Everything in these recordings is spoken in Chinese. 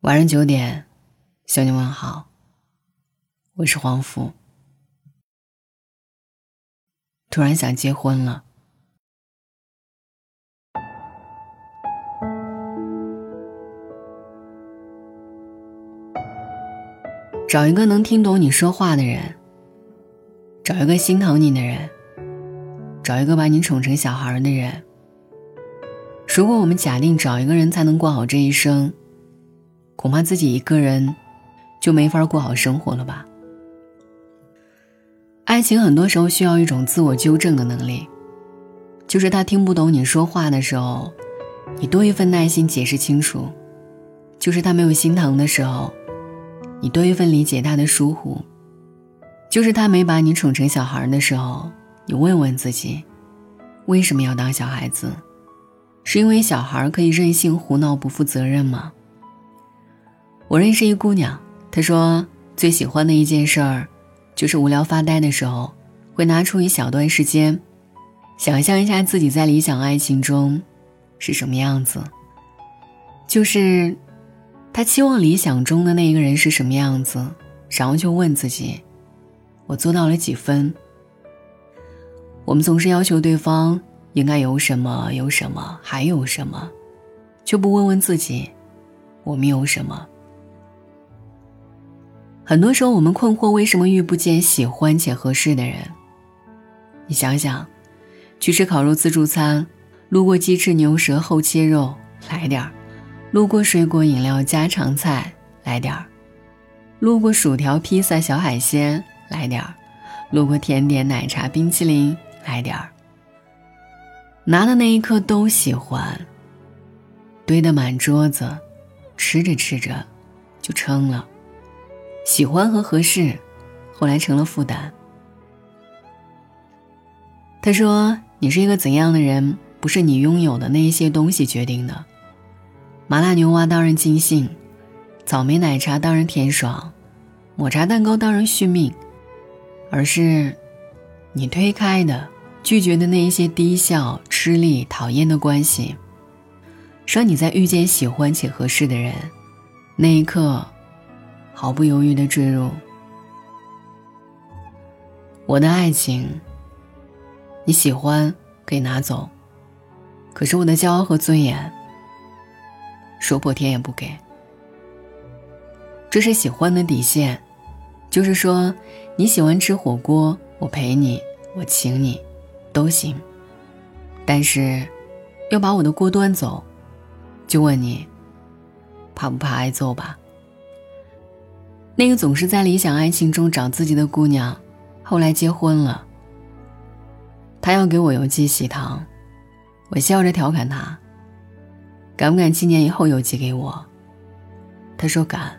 晚上9点，向你问好，我是黄福。突然想结婚了。找一个能听懂你说话的人，找一个心疼你的人，找一个把你宠成小孩的人。如果我们假定找一个人才能过好这一生，恐怕自己一个人就没法过好生活了吧。爱情很多时候需要一种自我纠正的能力，就是他听不懂你说话的时候，你多一份耐心解释清楚；就是他没有心疼的时候，你多一份理解他的疏忽；就是他没把你宠成小孩的时候，你问问自己，为什么要当小孩子？是因为小孩可以任性胡闹不负责任吗？我认识一姑娘，她说最喜欢的一件事儿就是无聊发呆的时候，会拿出一小段时间想象一下自己在理想爱情中是什么样子，就是她期望理想中的那个人是什么样子，然后就问自己，我做到了几分？我们总是要求对方应该有什么有什么还有什么，却不问问自己我们有什么。很多时候我们困惑为什么遇不见喜欢且合适的人。你想想，去吃烤肉自助餐，路过鸡翅牛舌厚切肉，来点儿；路过水果饮料家常菜，来点儿；路过薯条披萨小海鲜，来点儿；路过甜点奶茶冰淇淋，来点儿。拿的那一刻都喜欢，堆得满桌子，吃着吃着就撑了。喜欢和合适后来成了负担。他说，你是一个怎样的人，不是你拥有的那一些东西决定的。麻辣牛蛙当然尽兴，草莓奶茶当然甜爽，抹茶蛋糕当然续命，而是你推开的拒绝的那一些低效吃力讨厌的关系，让你在遇见喜欢且合适的人那一刻毫不犹豫地坠入。我的爱情你喜欢可以拿走，可是我的骄傲和尊严说破天也不给。这是喜欢的底线，就是说你喜欢吃火锅，我陪你，我请你都行，但是要把我的锅端走，就问你怕不怕挨揍吧。那个总是在理想爱情中找自己的姑娘，后来结婚了。她要给我邮寄喜糖，我笑着调侃她，敢不敢7年以后邮寄给我？她说敢。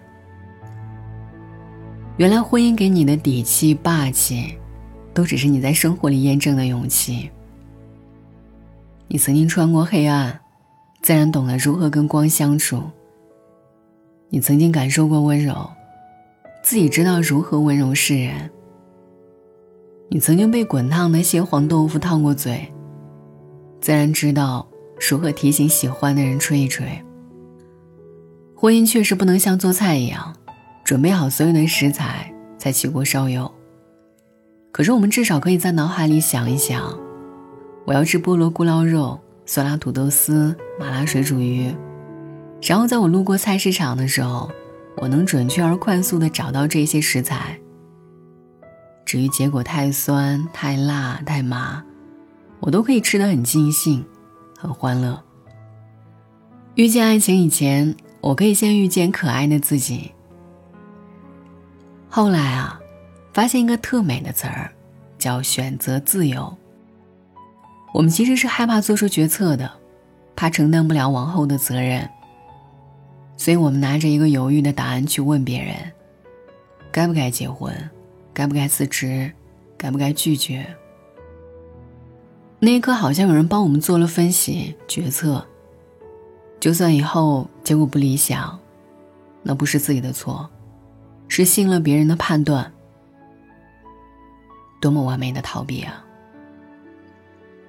原来婚姻给你的底气霸气，都只是你在生活里验证的勇气。你曾经穿过黑暗，自然懂得如何跟光相处。你曾经感受过温柔，自己知道如何温柔示人。你曾经被滚烫的蟹黄豆腐烫过嘴，自然知道如何提醒喜欢的人吹一吹。婚姻确实不能像做菜一样，准备好所有的食材再起锅烧油，可是我们至少可以在脑海里想一想，我要吃菠萝咕捞肉、酸辣土豆丝、麻辣水煮鱼，然后在我路过菜市场的时候，我能准确而快速地找到这些食材。至于结果太酸、太辣、太麻，我都可以吃得很尽兴，很欢乐。遇见爱情以前，我可以先遇见可爱的自己。后来啊，发现一个特美的词儿，叫选择自由。我们其实是害怕做出决策的，怕承担不了往后的责任，所以我们拿着一个犹豫的答案去问别人，该不该结婚，该不该辞职，该不该拒绝。那一刻好像有人帮我们做了分析决策，就算以后结果不理想，那不是自己的错，是信了别人的判断。多么完美的逃避啊！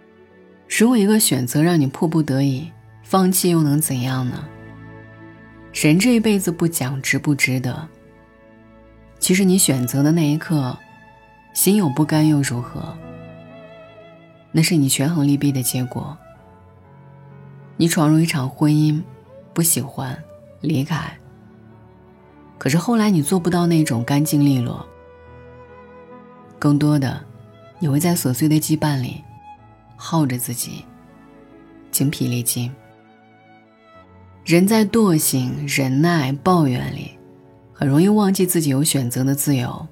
如果一个选择让你迫不得已放弃，又能怎样呢？ 人这一辈子不讲值不值得，其实你选择的那一刻，心有不甘又如何？那是你权衡利弊的结果。你闯入一场婚姻，不喜欢，离开。可是后来你做不到那种干净利落，更多的你会在琐碎的羁绊里耗着自己，精疲力尽。人在惰性、忍耐、抱怨里，很容易忘记自己有选择的自由。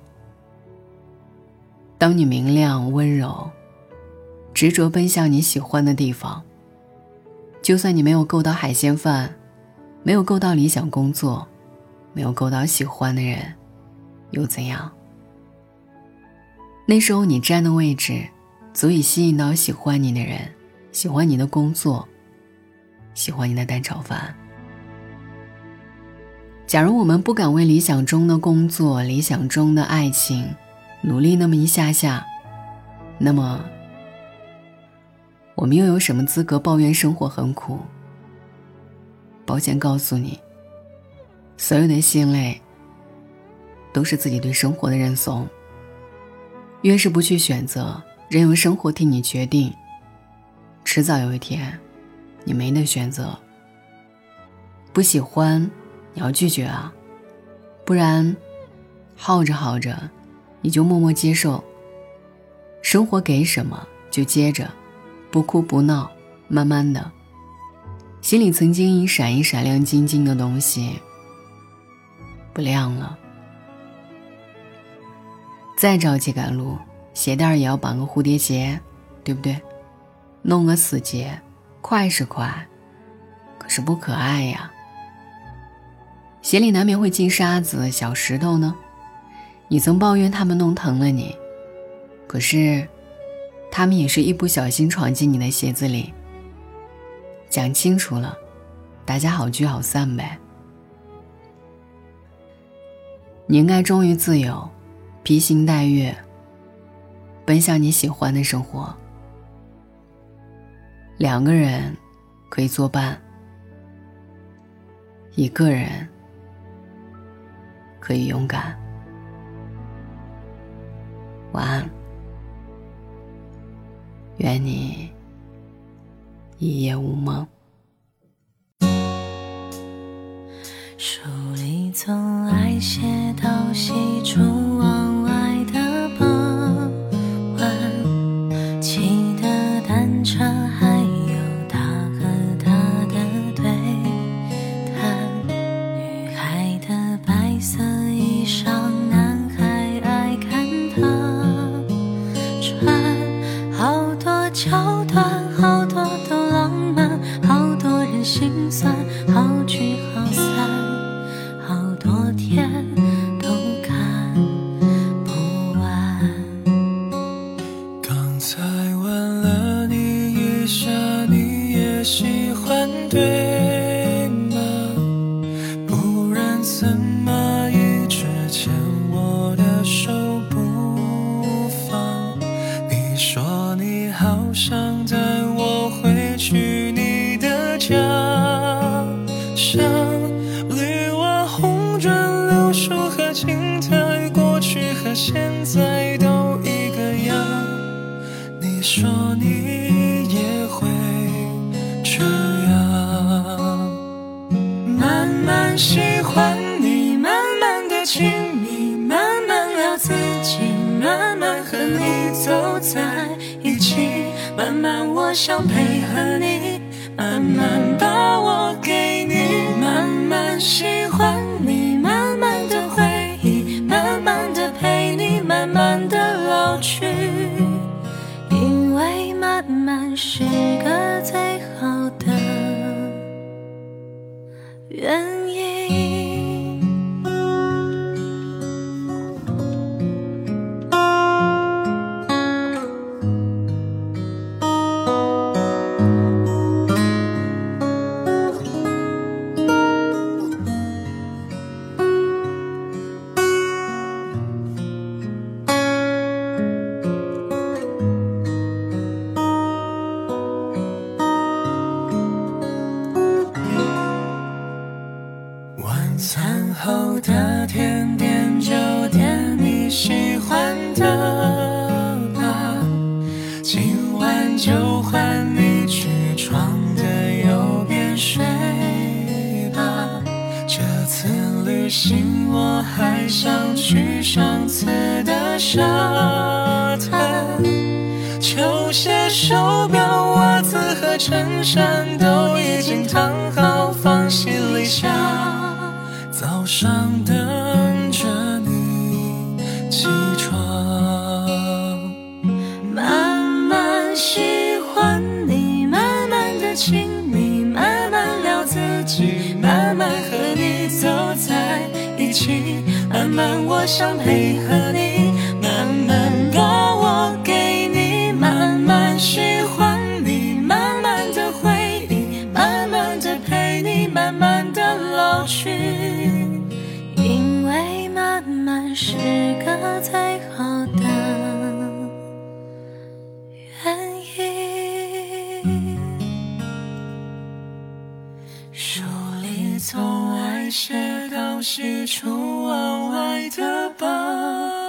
当你明亮、温柔，执着奔向你喜欢的地方，就算你没有够到海鲜饭，没有够到理想工作，没有够到喜欢的人，又怎样？那时候你站的位置足以吸引到喜欢你的人，喜欢你的工作，喜欢你的蛋炒饭。假如我们不敢为理想中的工作、理想中的爱情努力那么一下下，那么我们又有什么资格抱怨生活很苦？保险告诉你，所有的心累都是自己对生活的认怂。越是不去选择，任由生活替你决定，迟早有一天你没得选择。不喜欢你要拒绝啊，不然耗着耗着你就默默接受，生活给什么就接着，不哭不闹，慢慢的，心里曾经一闪一闪亮晶晶的东西不亮了。再着急赶路，鞋带也要绑个蝴蝶结，对不对？弄个死结，快是快，可是不可爱呀。鞋里难免会进沙子、小石头呢，你曾抱怨他们弄疼了你，可是他们也是一不小心闯进你的鞋子里。讲清楚了，大家好聚好散呗。你应该忠于自由，披星戴月，奔向你喜欢的生活。两个人可以作伴，一个人可以勇敢。晚安，愿你一夜无梦。 书里总爱写到西出望外的傍晚，骑的单车还有他和他的对谈，女孩的白色衣裳，男孩爱看她穿，好多桥段，好多都浪漫，好多人心酸，好聚好散，好多天都看不完。 刚才问了你一下，你也喜欢对吗？不然怎么一直牵我的手不放？你说你好想带我回去你的家乡，绿瓦红砖柳树和青苔，过去和现在都一个样。你说你也会这样，慢慢喜欢你，慢慢的亲密，慢慢聊自己，慢慢和你走在一起，慢慢我想配合你，慢慢把我给你，慢慢喜欢你，慢慢的回忆，慢慢的陪你，慢慢的老去，因为慢慢是个最好的原因。 餐后的甜点就点你喜欢的吧，今晚就换你去床的右边睡吧。这次旅行我还想去上次的沙滩，球鞋、手表、袜子和衬衫都已经烫好放行李箱，早上等着你起床。 慢慢喜欢你，慢慢的亲密，慢慢聊自己，慢慢和你走在一起，慢慢我想配合你，慢慢把我给你，慢慢喜欢你，慢慢的回忆，慢慢的陪你，慢慢的老去，因为慢慢是个最好的原因。 书里从爱写到喜出望外的傍